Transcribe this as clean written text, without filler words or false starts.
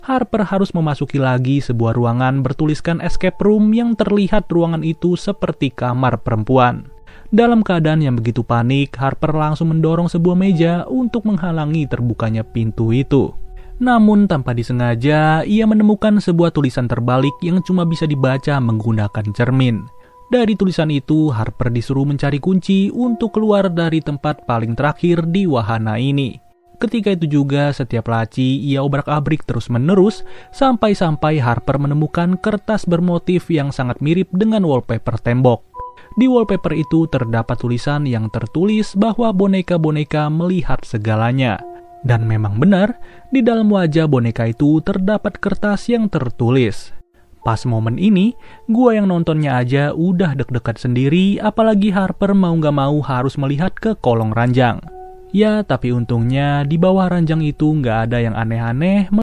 Harper harus memasuki lagi sebuah ruangan bertuliskan escape room yang terlihat ruangan itu seperti kamar perempuan. Dalam keadaan yang begitu panik, Harper langsung mendorong sebuah meja untuk menghalangi terbukanya pintu itu. Namun tanpa disengaja, ia menemukan sebuah tulisan terbalik yang cuma bisa dibaca menggunakan cermin. Dari tulisan itu, Harper disuruh mencari kunci untuk keluar dari tempat paling terakhir di wahana ini. Ketika itu juga, setiap laci ia obrak-abrik terus-menerus, sampai-sampai Harper menemukan kertas bermotif yang sangat mirip dengan wallpaper tembok. Di wallpaper itu terdapat tulisan yang tertulis bahwa boneka-boneka melihat segalanya. Dan memang benar, di dalam wajah boneka itu terdapat kertas yang tertulis. Pas momen ini, gua yang nontonnya aja udah deg-degan sendiri, apalagi Harper mau gak mau harus melihat ke kolong ranjang. Ya, tapi untungnya di bawah ranjang itu nggak ada yang aneh-aneh